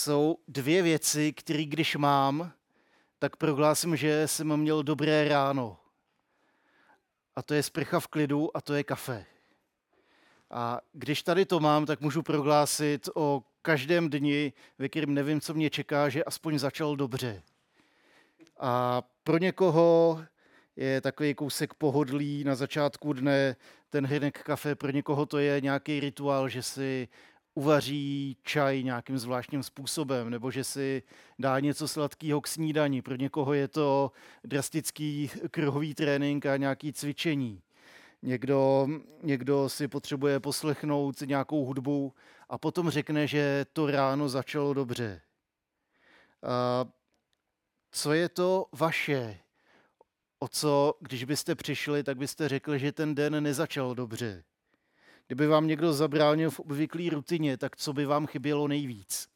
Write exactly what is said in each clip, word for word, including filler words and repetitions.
Jsou dvě věci, které když mám, tak prohlásím, že jsem měl dobré ráno. A to je sprcha v klidu a to je kafe. A když tady to mám, tak můžu prohlásit o každém dni, ve kterém nevím, co mě čeká, že aspoň začal dobře. A pro někoho je takový kousek pohodlí na začátku dne, ten hrnek kafe, pro někoho to je nějaký rituál, že si uvaří čaj nějakým zvláštním způsobem, nebo že si dá něco sladkého k snídani. Pro někoho je to drastický kruhový trénink a nějaké cvičení. Někdo, někdo si potřebuje poslechnout nějakou hudbu a potom řekne, že to ráno začalo dobře. A co je to vaše? O co, když byste přišli, tak byste řekli, že ten den nezačal dobře. Kdyby vám někdo zabránil v obvyklé rutině, tak co by vám chybělo nejvíc?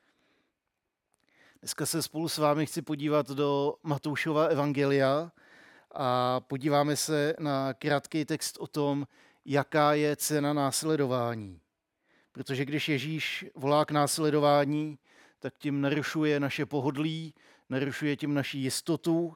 Dneska se spolu s vámi chci podívat do Matoušova evangelia a podíváme se na krátký text o tom, jaká je cena následování. Protože když Ježíš volá k následování, tak tím narušuje naše pohodlí, narušuje tím naši jistotu,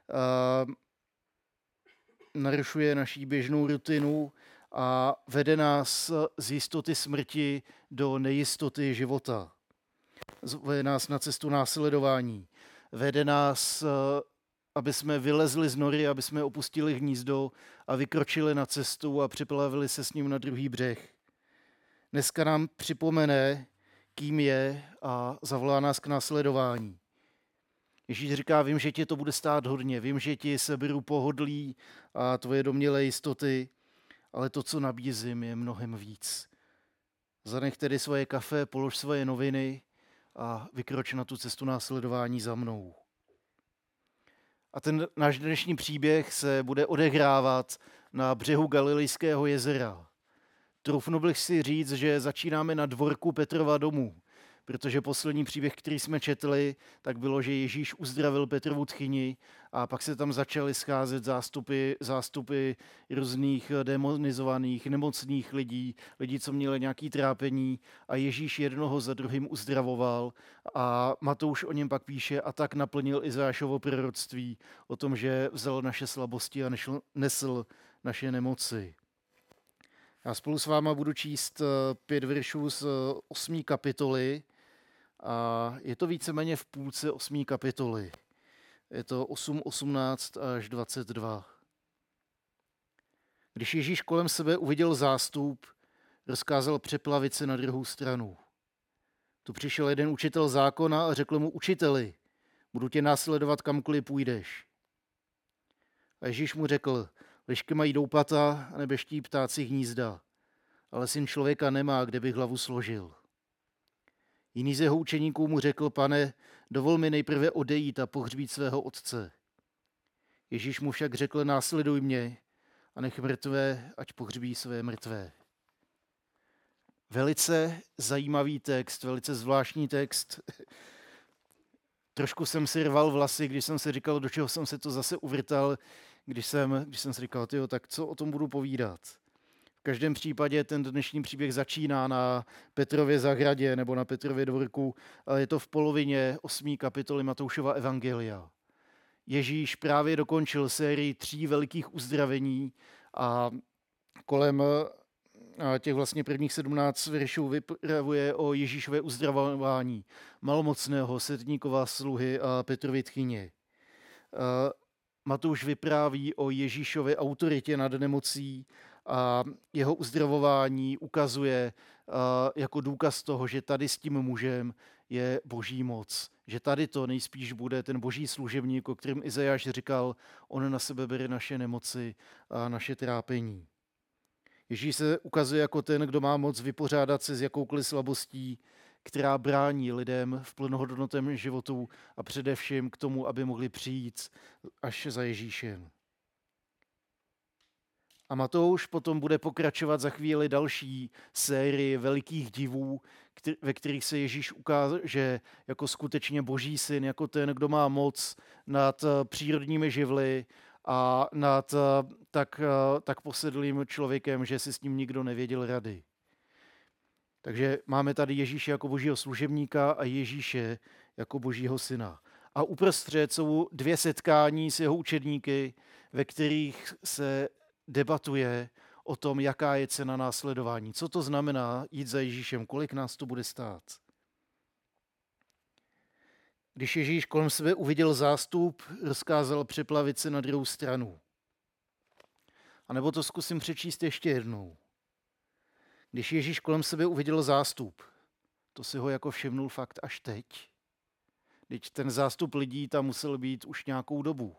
narušuje naši běžnou rutinu a vede nás z jistoty smrti do nejistoty života. Vede nás na cestu následování. Vede nás, aby jsme vylezli z nory, aby jsme opustili hnízdo a vykročili na cestu a připlavili se s ním na druhý břeh. Dneska nám připomene, kým je a zavolá nás k následování. Ježíš říká, vím, že ti to bude stát hodně, vím, že ti seberu pohodlí a tvoje domnělé jistoty, ale to, co nabízím, je mnohem víc. Zanech tedy svoje kafe, polož svoje noviny a vykroč na tu cestu následování za mnou. A ten náš dnešní příběh se bude odehrávat na břehu Galilejského jezera. Troufnu bych si říct, že začínáme na dvorku Petrova domu, protože poslední příběh, který jsme četli, tak bylo, že Ježíš uzdravil Petrovu tchyni a pak se tam začaly scházet zástupy, zástupy různých demonizovaných, nemocných lidí, lidí, co měli nějaké trápení a Ježíš jednoho za druhým uzdravoval a Matouš o něm pak píše a tak naplnil Izajášovo proroctví o tom, že vzal naše slabosti a nešl, nesl naše nemoci. Já spolu s váma budu číst pět veršů z osmé kapitoly a je to víceméně v půlce osmé kapitoly. Je to osm osmnáct až dvacet dva. Když Ježíš kolem sebe uviděl zástup, rozkázal přeplavit se na druhou stranu. Tu přišel jeden učitel zákona a řekl mu, učiteli, budu tě následovat kamkoliv půjdeš. A Ježíš mu řekl, lišky mají doupata a nebeští ptáci hnízda, ale syn člověka nemá, kde by hlavu složil. Jiný z jeho učeníků mu řekl, pane, dovol mi nejprve odejít a pohřbít svého otce. Ježíš mu však řekl, následuj mě a nech mrtvé, ať pohřbí své mrtvé. Velice zajímavý text, velice zvláštní text. Trošku jsem si rval vlasy, když jsem si říkal, do čeho jsem se to zase uvrtal, když jsem, když jsem si říkal, tyjo, tak co o tom budu povídat. V každém případě ten dnešní příběh začíná na Petrově zahradě nebo na Petrově dvorku, ale je to v polovině osmé kapitoly Matoušova evangelia. Ježíš právě dokončil sérii tří velkých uzdravení a kolem těch vlastně prvních sedmnáct veršů vypravuje o Ježíšové uzdravování malomocného, setníkova sluhy a Petrovy tchyně. Matouš vypráví o Ježíšově autoritě nad nemocí a jeho uzdravování ukazuje jako důkaz toho, že tady s tím mužem je boží moc. Že tady to nejspíš bude ten boží služebník, o kterém Izajáš říkal, on na sebe bere naše nemoci a naše trápení. Ježíš se ukazuje jako ten, kdo má moc vypořádat se s jakoukoliv slabostí, která brání lidem v plnohodnotném životu a především k tomu, aby mohli přijít až za Ježíšem. A Matouš potom bude pokračovat za chvíli další sérii velikých divů, ve kterých se Ježíš ukáže jako skutečně boží syn, jako ten, kdo má moc nad přírodními živly a nad tak, tak posedlým člověkem, že si s ním nikdo nevěděl rady. Takže máme tady Ježíše jako božího služebníka a Ježíše jako božího syna. A uprostřed jsou dvě setkání s jeho učedníky, ve kterých se debatuje o tom, jaká je cena následování. Co to znamená jít za Ježíšem, kolik nás to bude stát. Když Ježíš kolem sebe uviděl zástup, rozkázal přeplavit se na druhou stranu. A nebo to zkusím přečíst ještě jednou. Když Ježíš kolem sebe uviděl zástup, to si ho jako všimnul fakt až teď. Teď ten zástup lidí tam musel být už nějakou dobu.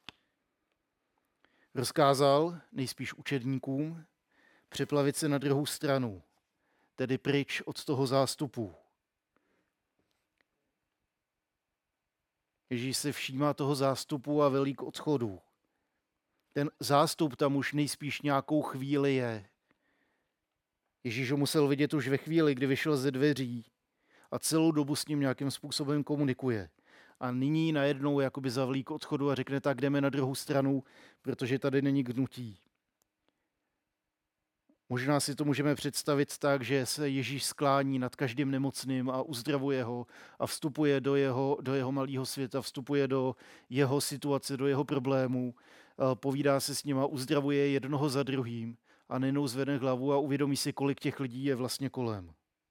Rozkázal nejspíš učedníkům přeplavit se na druhou stranu, tedy pryč od toho zástupu. Ježíš se všímá toho zástupu a velí k odchodu. Ten zástup tam už nejspíš nějakou chvíli je. Ježíš ho musel vidět už ve chvíli, kdy vyšel ze dveří a celou dobu s ním nějakým způsobem komunikuje. A nyní najednou jakoby zavlí k odchodu a řekne, tak jdeme na druhou stranu, protože tady není gnutí. Možná si to můžeme představit tak, že se Ježíš sklání nad každým nemocným a uzdravuje ho a vstupuje do jeho, do jeho malého světa, vstupuje do jeho situace, do jeho problémů, povídá se s ním a uzdravuje jednoho za druhým a najednou zvedne hlavu a uvědomí si, kolik těch lidí je vlastně kolem.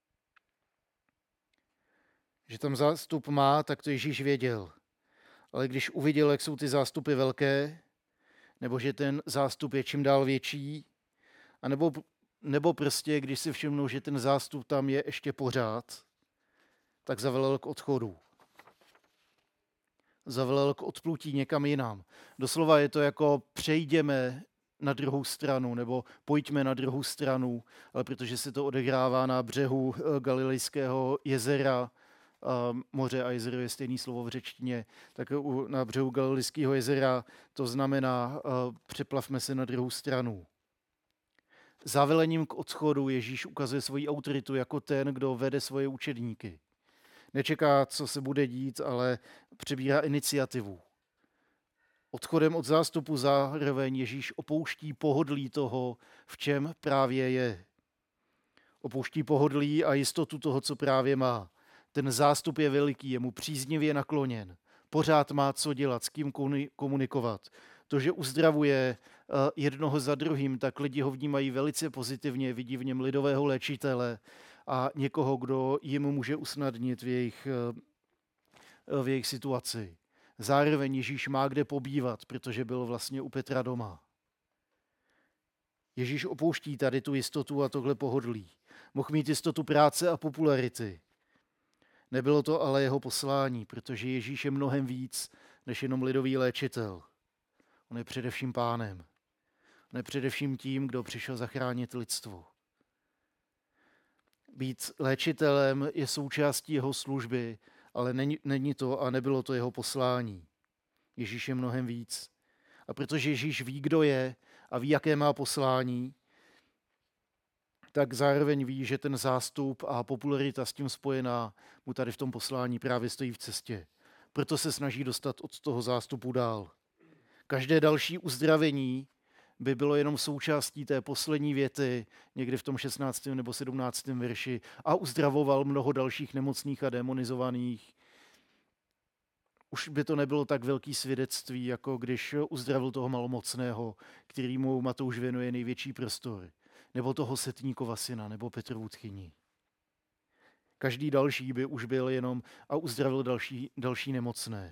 Že tam zástup má, tak to Ježíš věděl. Ale když uviděl, jak jsou ty zástupy velké, nebo že ten zástup je čím dál větší, a nebo, nebo prostě, když si všimnul, že ten zástup tam je ještě pořád, tak zavelel k odchodu. Zavelel k odplutí někam jinam. Doslova je to jako přejdeme na druhou stranu, nebo pojďme na druhou stranu, ale protože se to odehrává na břehu Galilejského jezera, moře a jezero je stejné slovo v řečtině, tak na břehu Galilejského jezera to znamená přeplavme se na druhou stranu. Zavelením k odchodu Ježíš ukazuje svoji autoritu jako ten, kdo vede svoje učedníky. Nečeká, co se bude dít, ale přebírá iniciativu. Odchodem od zástupu zároveň Ježíš opouští pohodlí toho, v čem právě je. Opouští pohodlí a jistotu toho, co právě má. Ten zástup je veliký, je mu příznivě nakloněn. Pořád má co dělat, s kým komunikovat. To, že uzdravuje jednoho za druhým, tak lidi ho vnímají velice pozitivně, vidí v něm lidového léčitele a někoho, kdo jim může usnadnit v jejich, v jejich situaci. Zároveň Ježíš má kde pobývat, protože byl vlastně u Petra doma. Ježíš opouští tady tu jistotu a tohle pohodlí. Mohl mít jistotu práce a popularity. Nebylo to ale jeho poslání, protože Ježíš je mnohem víc než jenom lidový léčitel. On je především pánem. On je především tím, kdo přišel zachránit lidstvo. Být léčitelem je součástí jeho služby, ale není, není to a nebylo to jeho poslání. Ježíš je mnohem víc. A protože Ježíš ví, kdo je a ví, jaké má poslání, tak zároveň ví, že ten zástup a popularita s tím spojená mu tady v tom poslání právě stojí v cestě. Proto se snaží dostat od toho zástupu dál. Každé další uzdravení by bylo jenom součástí té poslední věty, někdy v tom šestnáctém nebo sedmnáctém verši, a uzdravoval mnoho dalších nemocných a demonizovaných. Už by to nebylo tak velký svědectví, jako když uzdravil toho malomocného, kterýmu Matouš věnuje největší prostor, nebo toho setníkova syna, nebo Petrovu tchyni. Každý další by už byl jenom a uzdravil další, další nemocné.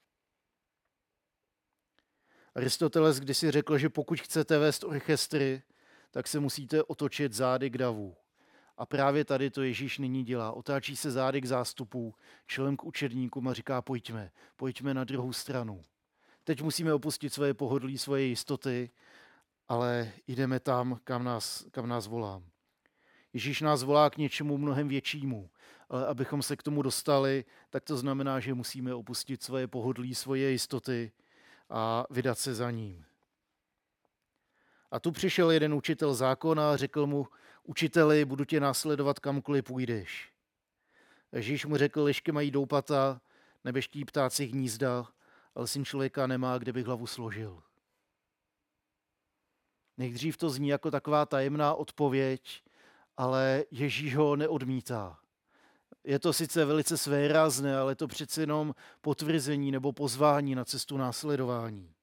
Aristoteles kdysi řekl, že pokud chcete vést orchestry, tak se musíte otočit zády k davu. A právě tady to Ježíš nyní dělá. Otáčí se zády k zástupu, čelem k učedníkům a říká, pojďme, pojďme na druhou stranu. Teď musíme opustit svoje pohodlí, svoje jistoty, ale jdeme tam, kam nás, kam nás volá. Ježíš nás volá k něčemu mnohem většímu, ale abychom se k tomu dostali, tak to znamená, že musíme opustit svoje pohodlí, svoje jistoty a vydat se za ním. A tu přišel jeden učitel zákona a řekl mu, učiteli, budu tě následovat kamkoliv půjdeš. Ježíš mu řekl, lišky mají doupata, nebeští ptáci hnízda, ale syn člověka nemá, kde by hlavu složil. Nejdřív to zní jako taková tajemná odpověď ale Ježíš ho neodmítá. Je to sice velice svérázné, ale je to přece jenom potvrzení nebo pozvání na cestu následování.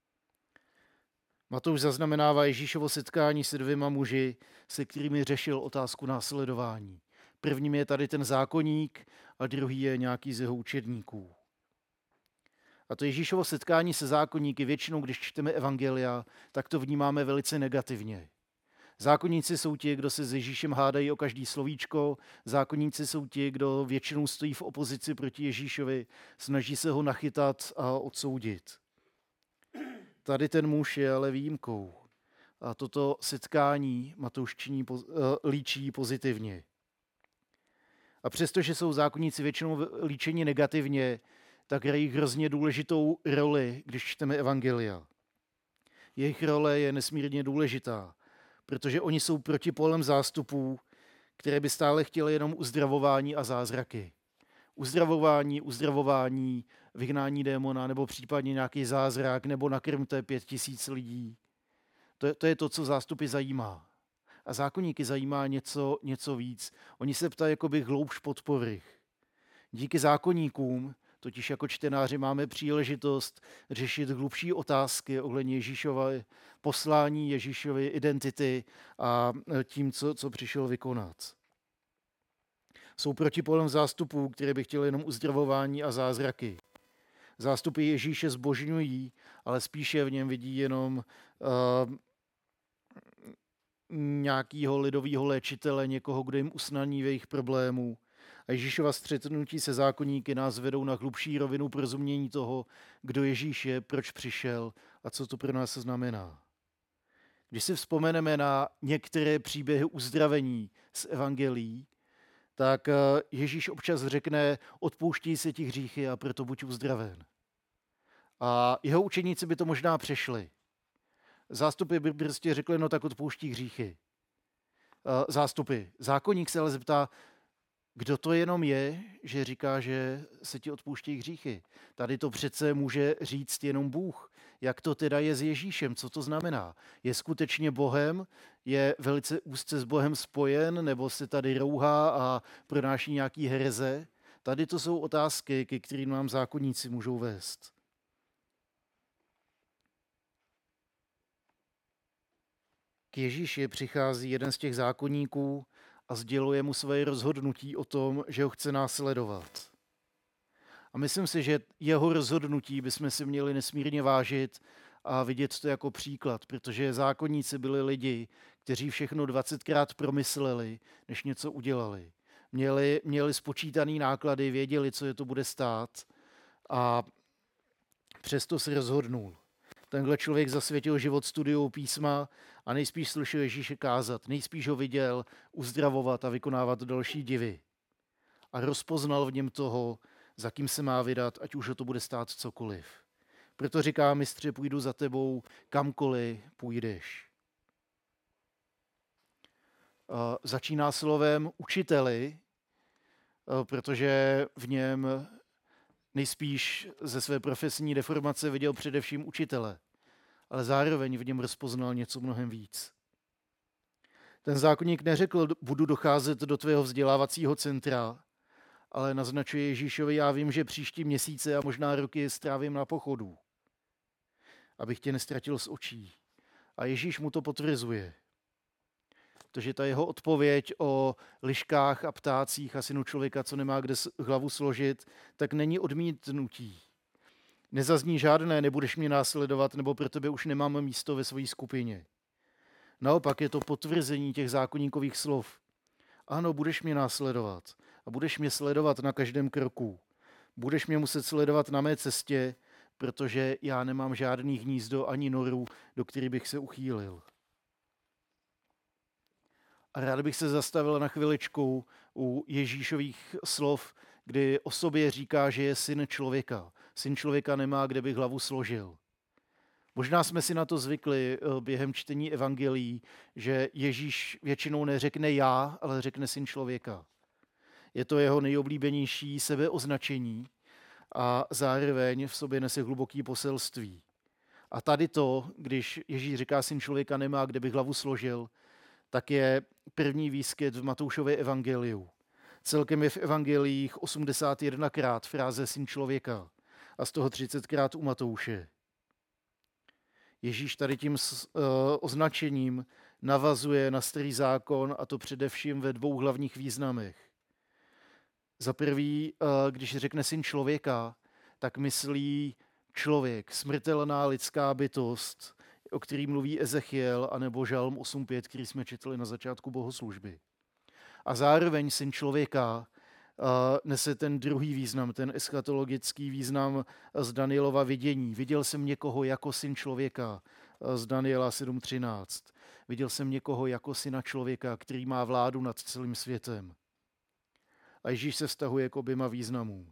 Matouš zaznamenává Ježíšovo setkání se dvěma muži, se kterými řešil otázku následování. Prvním je tady ten zákoník a druhý je nějaký z jeho učedníků. A to Ježíšovo setkání se zákoníky většinou, když čteme evangelia, tak to vnímáme velice negativně. Zákonníci jsou ti, kdo se s Ježíšem hádají o každý slovíčko, zákonníci jsou ti, kdo většinou stojí v opozici proti Ježíšovi, snaží se ho nachytat a odsoudit. Tady ten muž je ale výjimkou. A toto setkání Matouš činí, líčí pozitivně. A přestože jsou zákonníci většinou líčeni negativně, tak hrají hrozně důležitou roli, když čteme evangelia. Jejich role je nesmírně důležitá, protože oni jsou protipólem zástupů, které by stále chtěly jenom uzdravování a zázraky. Uzdravování, uzdravování, vyhnání démona, nebo případně nějaký zázrak, nebo nakrmte pět tisíc lidí. To je, to je to, co zástupy zajímá. A zákonníky zajímá něco, něco víc. Oni se ptají jakoby hloubš pod povrch. Díky zákonníkům, totiž jako čtenáři, máme příležitost řešit hlubší otázky ohledně Ježíšova poslání, Ježíšovy identity a tím, co, co přišel vykonat. Jsou protipólem zástupů, které by chtěli jenom uzdravování a zázraky. Zástupy Ježíše zbožňují, ale spíše v něm vidí jenom uh, nějakého lidového léčitele, někoho, kdo jim usnadní v jejich problémů. A Ježíšova střetnutí se zákonníky nás vedou na hlubší rovinu porozumění toho, kdo Ježíš je, proč přišel a co to pro nás znamená. Když si vzpomeneme na některé příběhy uzdravení z evangelií, tak Ježíš občas řekne, odpouští se ti hříchy a proto buď uzdraven. A jeho učeníci by to možná přešli. Zástupy by prostě řekli, no tak odpouští hříchy. Zástupy. Zákonník se ale zeptá, kdo to jenom je, že říká, že se ti odpouští hříchy. Tady to přece může říct jenom Bůh. Jak to teda je s Ježíšem? Co to znamená? Je skutečně Bohem? Je velice úzce s Bohem spojen? Nebo se tady rouhá a pronáší nějaký hereze? Tady to jsou otázky, ke kterým nám zákonníci můžou vést. K Ježíši přichází jeden z těch zákonníků a sděluje mu své rozhodnutí o tom, že ho chce následovat. A myslím si, že jeho rozhodnutí bychom si měli nesmírně vážit a vidět to jako příklad, protože zákonníci byli lidi, kteří všechno dvacetkrát promysleli, než něco udělali. Měli, měli spočítaný náklady, věděli, co je to bude stát a přesto se rozhodnul. Tenhle člověk zasvětil život studiu písma a nejspíš slyšel Ježíše kázat, nejspíš ho viděl uzdravovat a vykonávat další divy. A rozpoznal v něm toho, za kým se má vydat, ať už ho to bude stát cokoliv. Proto říká, mistře, půjdu za tebou, kamkoliv půjdeš. Začíná slovem učiteli, protože v něm nejspíš ze své profesní deformace viděl především učitele, ale zároveň v něm rozpoznal něco mnohem víc. Ten zákonník neřekl, budu docházet do tvého vzdělávacího centra, ale naznačuje Ježíšovi, já vím, že příští měsíce a možná roky strávím na pochodu, abych tě nestratil z očí. A Ježíš mu to potvrzuje. Protože ta jeho odpověď o liškách a ptácích a synu člověka, co nemá kde hlavu složit, tak není odmítnutí. Nezazní žádné, nebudeš mě následovat, nebo pro tebe už nemám místo ve své skupině. Naopak je to potvrzení těch zákonníkových slov. Ano, budeš mě následovat a budeš mě sledovat na každém kroku. Budeš mě muset sledovat na mé cestě, protože já nemám žádný hnízdo ani noru, do který bych se uchýlil. A rád bych se zastavil na chviličku u Ježíšových slov, kdy o sobě říká, že je syn člověka. Syn člověka nemá, kde by hlavu složil. Možná jsme si na to zvykli během čtení evangelií, že Ježíš většinou neřekne já, ale řekne syn člověka. Je to jeho nejoblíbenější sebeoznačení a zároveň v sobě nese hluboký poselství. A tady to, když Ježíš říká syn člověka nemá, kde by hlavu složil, tak je první výskyt v Matoušově evangeliu. Celkem je v evangeliích osmdesát jedna krát fráze syn člověka a z toho třicet krát u Matouše. Ježíš tady tím uh, označením navazuje na starý zákon, a to především ve dvou hlavních významech. Za prvý, uh, když řekne syn člověka, tak myslí člověk, smrtelná lidská bytost, o který mluví Ezechiel anebo Žalm osm pět, který jsme četli na začátku bohoslužby. A zároveň syn člověka uh, nese ten druhý význam, ten eschatologický význam z Danielova vidění. Viděl jsem někoho jako syn člověka uh, z Daniela sedm třináct. Viděl jsem někoho jako syna člověka, který má vládu nad celým světem. A Ježíš se vztahuje k oběma významům.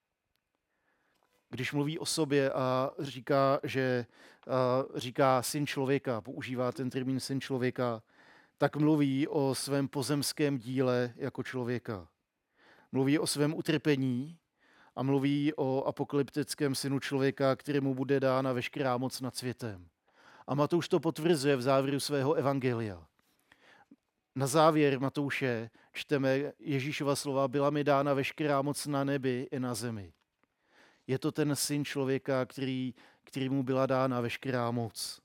Když mluví o sobě a říká, že uh, říká syn člověka, používá ten termín syn člověka, tak mluví o svém pozemském díle jako člověka. Mluví o svém utrpení a mluví o apokalyptickém synu člověka, kterému bude dána veškerá moc nad světem. A Matouš to potvrzuje v závěru svého evangelia. Na závěr Matouše čteme Ježíšova slova: byla mi dána veškerá moc na nebi i na zemi. Je to ten syn člověka, který, kterýmu byla dána veškerá moc.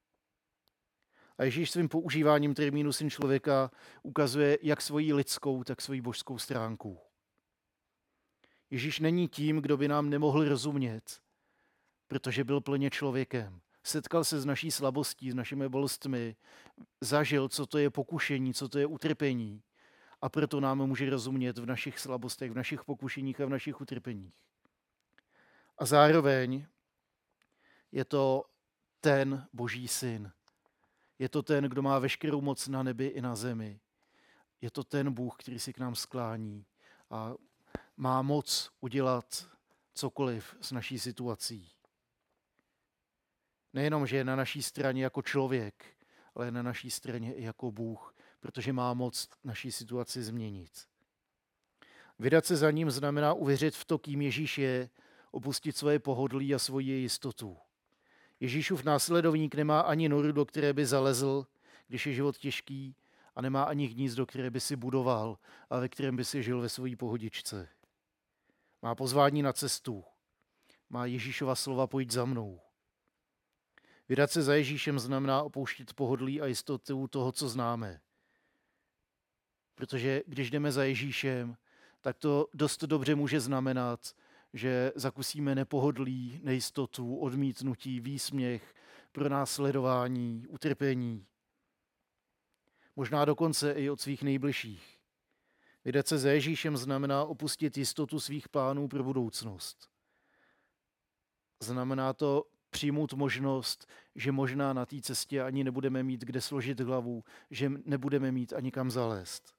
A Ježíš svým používáním termínu syn člověka ukazuje jak svoji lidskou, tak svoji božskou stránku. Ježíš není tím, kdo by nám nemohl rozumět, protože byl plně člověkem. Setkal se s naší slabostí, s našimi bolestmi, zažil, co to je pokušení, co to je utrpení, a proto nám může rozumět v našich slabostech, v našich pokušeních a v našich utrpeních. A zároveň je to ten Boží syn. Je to ten, kdo má veškerou moc na nebi i na zemi. Je to ten Bůh, který si k nám sklání a má moc udělat cokoliv s naší situací. Nejenom, že je na naší straně jako člověk, ale je na naší straně i jako Bůh, protože má moc naší situaci změnit. Vydat se za ním znamená uvěřit v to, kým Ježíš je, opustit svoje pohodlí a svoji jistotu. Ježíšův následovník nemá ani noru, do které by zalezl, když je život těžký, a nemá ani hnízdo, které by si budoval a ve kterém by si žil ve své pohodičce. Má pozvání na cestu. Má Ježíšova slova: pojď za mnou. Vydat se za Ježíšem znamená opouštět pohodlí a jistotu toho, co známe. Protože když jdeme za Ježíšem, tak to dost dobře může znamenat, že zakusíme nepohodlí, nejistotu, odmítnutí, výsměch, pronásledování, utrpení. Možná dokonce i od svých nejbližších. Vydat se za Ježíšem znamená opustit jistotu svých plánů pro budoucnost. Znamená to přijmout možnost, že možná na té cestě ani nebudeme mít kde složit hlavu, že nebudeme mít ani kam zalézt.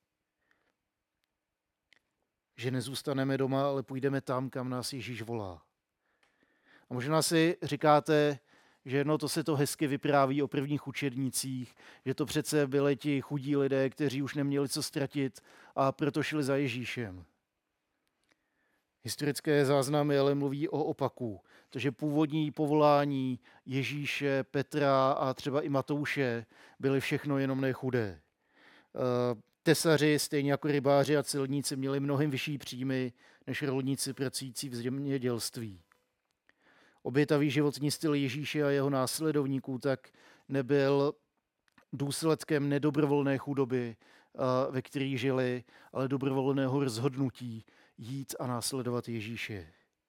Že nezůstaneme doma, ale půjdeme tam, kam nás Ježíš volá. A možná si říkáte, že no, to se to hezky vypráví o prvních učednících, že to přece byli ti chudí lidé, kteří už neměli co ztratit a proto šli za Ježíšem. Historické záznamy ale mluví o opaku. To, že původní povolání Ježíše, Petra a třeba i Matouše byly všechno jenom ne chudé. Tesaři, stejně jako rybáři a celníci, měli mnohem vyšší příjmy než rolníci pracující v zemědělství. Obětavý životní styl Ježíše a jeho následovníků tak nebyl důsledkem nedobrovolné chudoby, ve které žili, ale dobrovolného rozhodnutí jít a následovat Ježíše.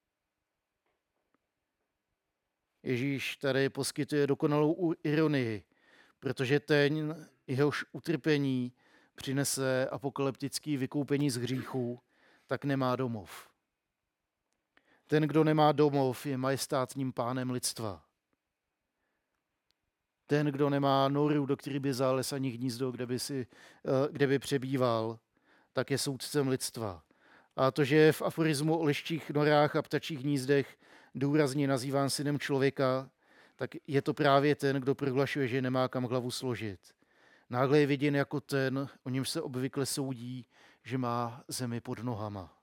Ježíš tady poskytuje dokonalou ironii, protože ten, jehož utrpení přinese apokalyptický vykoupení z hříchu, tak nemá domov. Ten, kdo nemá domov, je majestátním pánem lidstva. Ten, kdo nemá noru, do který by zález, ani hnízdo, kde by, si, kde by přebýval, tak je soudcem lidstva. A to, že je v aforismu o liščích norách a ptačích hnízdech důrazně nazýván synem člověka, tak je to právě ten, kdo prohlašuje, že nemá kam hlavu složit. Náhle je viděn jako ten, o němž se obvykle soudí, že má zemi pod nohama.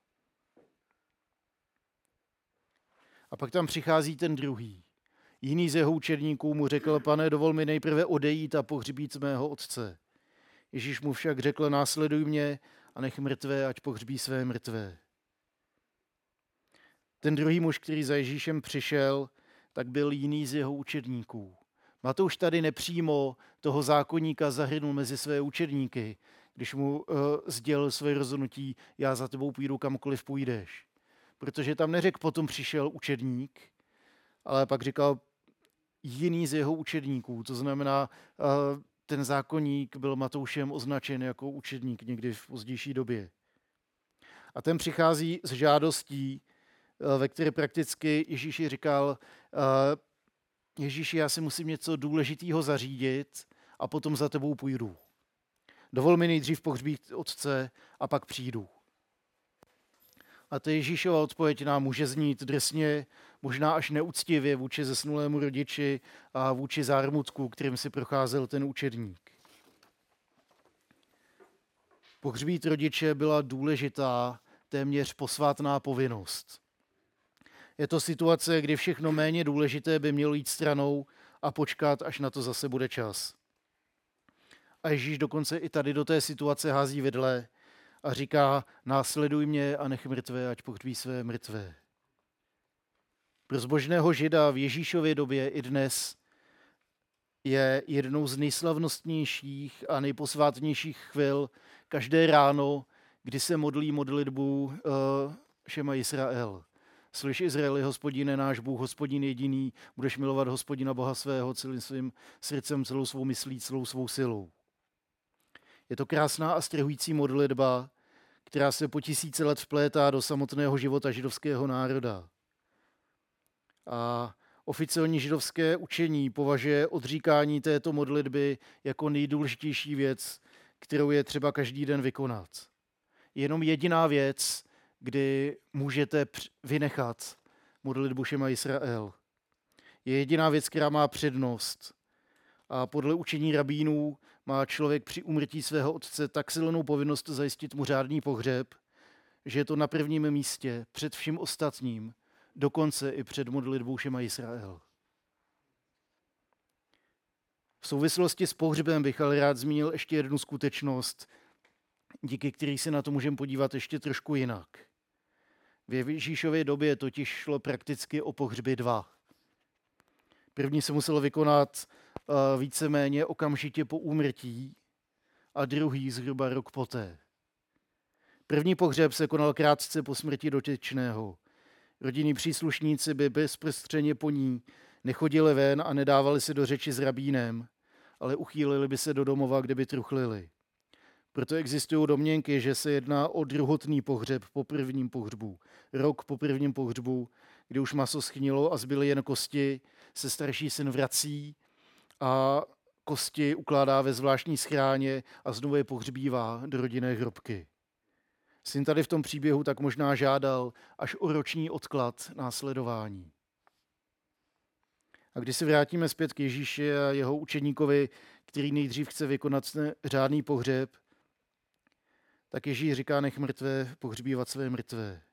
A pak tam přichází ten druhý. Jiný z jeho učedníků mu řekl: Pane, dovol mi nejprve odejít a pohřbít mého otce. Ježíš mu však řekl, následuj mě a nech mrtvé, ať pohřbí své mrtvé. Ten druhý muž, který za Ježíšem přišel, tak byl jiný z jeho učedníků. Matouš tady nepřímo toho zákonníka zahrnul mezi své učedníky, když mu uh, sdělil své rozhodnutí, já za tebou půjdu kamkoliv půjdeš. Protože tam neřekl, potom přišel učedník, ale pak říkal jiný z jeho učedníků. To znamená, uh, ten zákonník byl Matoušem označen jako učedník někdy v pozdější době. A ten přichází s žádostí, ve které prakticky Ježíši říkal, Ježíši, já si musím něco důležitého zařídit a potom za tebou půjdu. Dovol mi nejdřív pohřbít otce a pak přijdu. A ta Ježíšova odpověď nám může znít drsně, možná až neúctivě vůči zesnulému rodiči a vůči zármutku, kterým si procházel ten učedník. Pohřbít rodiče byla důležitá, téměř posvátná povinnost. Je to situace, kdy všechno méně důležité by mělo jít stranou a počkat, až na to zase bude čas. A Ježíš dokonce i tady do té situace hází vidle a říká, následuj mě a nech mrtvé, ať pohřbí své mrtvé. Pro zbožného Žida v Ježíšově době i dnes je jednou z nejslavnostnějších a nejposvátnějších chvil každé ráno, kdy se modlí modlitbu uh, Šema Israel. Slyš, Izraeli, Hospodin je náš Bůh, Hospodin jediný, budeš milovat Hospodina Boha svého celým svým srdcem, celou svou myslí, celou svou silou. Je to krásná a strhující modlitba, která se po tisíce let vplétá do samotného života židovského národa. A oficiální židovské učení považuje odříkání této modlitby jako nejdůležitější věc, kterou je třeba každý den vykonat. Jenom jediná věc, kdy můžete vynechat modlitbu Šema Israel. Je jediná věc, která má přednost. A podle učení rabínů má člověk při úmrtí svého otce tak silnou povinnost zajistit mu řádný pohřeb, že je to na prvním místě, před vším ostatním, dokonce i před modlitbou Šema Israel. V souvislosti s pohřbem bych ale rád zmínil ještě jednu skutečnost, díky který se na to můžeme podívat ještě trošku jinak. V Ježíšově době totiž šlo prakticky o pohřby dva. První se muselo vykonat uh, víceméně okamžitě po úmrtí a druhý zhruba rok poté. První pohřeb se konal krátce po smrti dotyčného. Rodinní příslušníci by bezprostředně po ní nechodili ven a nedávali se do řeči s rabínem, ale uchýlili by se do domova, kde by truchlili. Proto existují domněnky, že se jedná o druhotný pohřeb po prvním pohřbu. Rok po prvním pohřbu, kdy už maso schnilo a zbyly jen kosti, se starší syn vrací a kosti ukládá ve zvláštní schráně a znovu je pohřbívá do rodinné hrobky. Syn tady v tom příběhu tak možná žádal až o roční odklad následování. A když se vrátíme zpět k Ježíši a jeho učeníkovi, který nejdřív chce vykonat řádný pohřeb, tak Ježíš říká, nech mrtvé pohřbívat své mrtvé.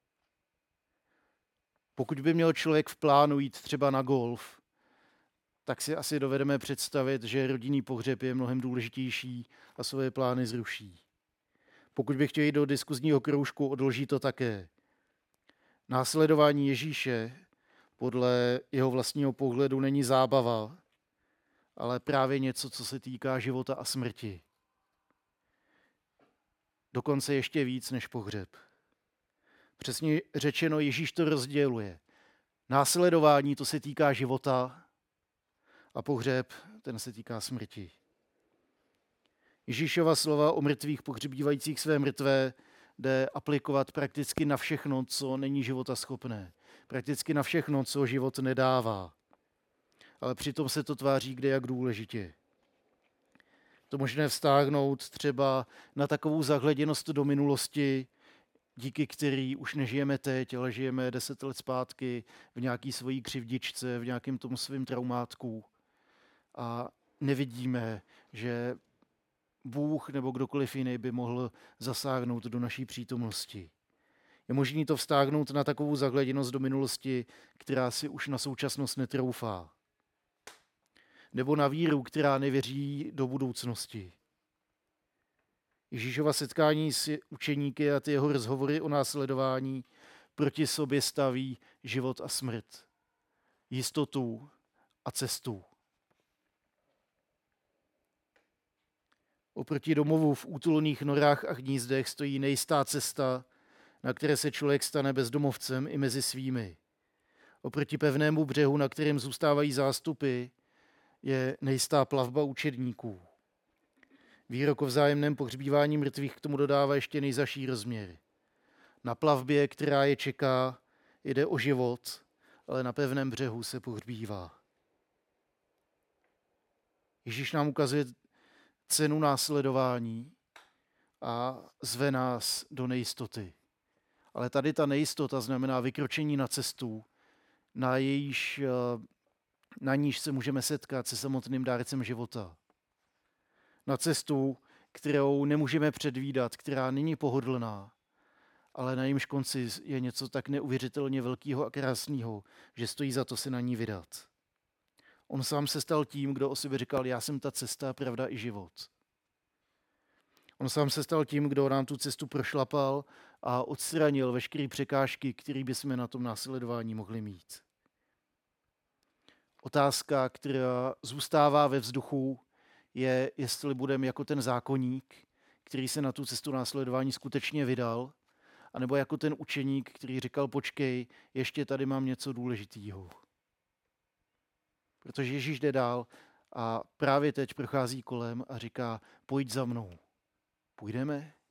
Pokud by měl člověk v plánu jít třeba na golf, tak si asi dovedeme představit, že rodinný pohřeb je mnohem důležitější a svoje plány zruší. Pokud by chtěl jít do diskuzního kroužku, odloží to také. Následování Ježíše podle jeho vlastního pohledu není zábava, ale právě něco, co se týká života a smrti. Dokonce ještě víc než pohřeb. Přesně řečeno, Ježíš to rozděluje. Následování, to se týká života a pohřeb, ten se týká smrti. Ježíšova slova o mrtvých pohřbívajících své mrtvé jde aplikovat prakticky na všechno, co není života schopné. Prakticky na všechno, co život nedává. Ale přitom se to tváří kde jak důležitě. To možné vztáhnout třeba na takovou zahleděnost do minulosti, díky který už nežijeme teď, ale žijeme deset let zpátky v nějaký svojí křivdičce, v nějakém tom svým traumátku. A nevidíme, že Bůh nebo kdokoliv jiný by mohl zasáhnout do naší přítomnosti. Je možné to vztáhnout na takovou zahleděnost do minulosti, která si už na současnost netroufá. Nebo na víru, která nevěří do budoucnosti. Ježíšova setkání s učeníky a ty jeho rozhovory o následování proti sobě staví život a smrt, jistotu a cestu. Oproti domovu v útulných norách a hnízdech stojí nejistá cesta, na které se člověk stane bezdomovcem i mezi svými. Oproti pevnému břehu, na kterém zůstávají zástupy, je nejistá plavba učedníků. Výrok o vzájemném pohřbívání mrtvých k tomu dodává ještě nejzaší rozměr. Na plavbě, která je čeká, jde o život, ale na pevném břehu se pohřbívá. Ježíš nám ukazuje cenu následování a zve nás do nejistoty. Ale tady ta nejistota znamená vykročení na cestu, na, jejíž, na níž se můžeme setkat se samotným dárcem života. Na cestu, kterou nemůžeme předvídat, která není pohodlná, ale na jejímž konci je něco tak neuvěřitelně velkého a krásného, že stojí za to se na ní vydat. On sám se stal tím, kdo o sobě říkal, já jsem ta cesta, pravda i život. On sám se stal tím, kdo nám tu cestu prošlapal a odstranil veškeré překážky, které bychom na tom následování mohli mít. Otázka, která zůstává ve vzduchu, je, jestli budeme jako ten zákonník, který se na tu cestu následování skutečně vydal, anebo jako ten učeník, který říkal, počkej, ještě tady mám něco důležitého. Protože Ježíš jde dál a právě teď prochází kolem a říká, pojď za mnou. Půjdeme?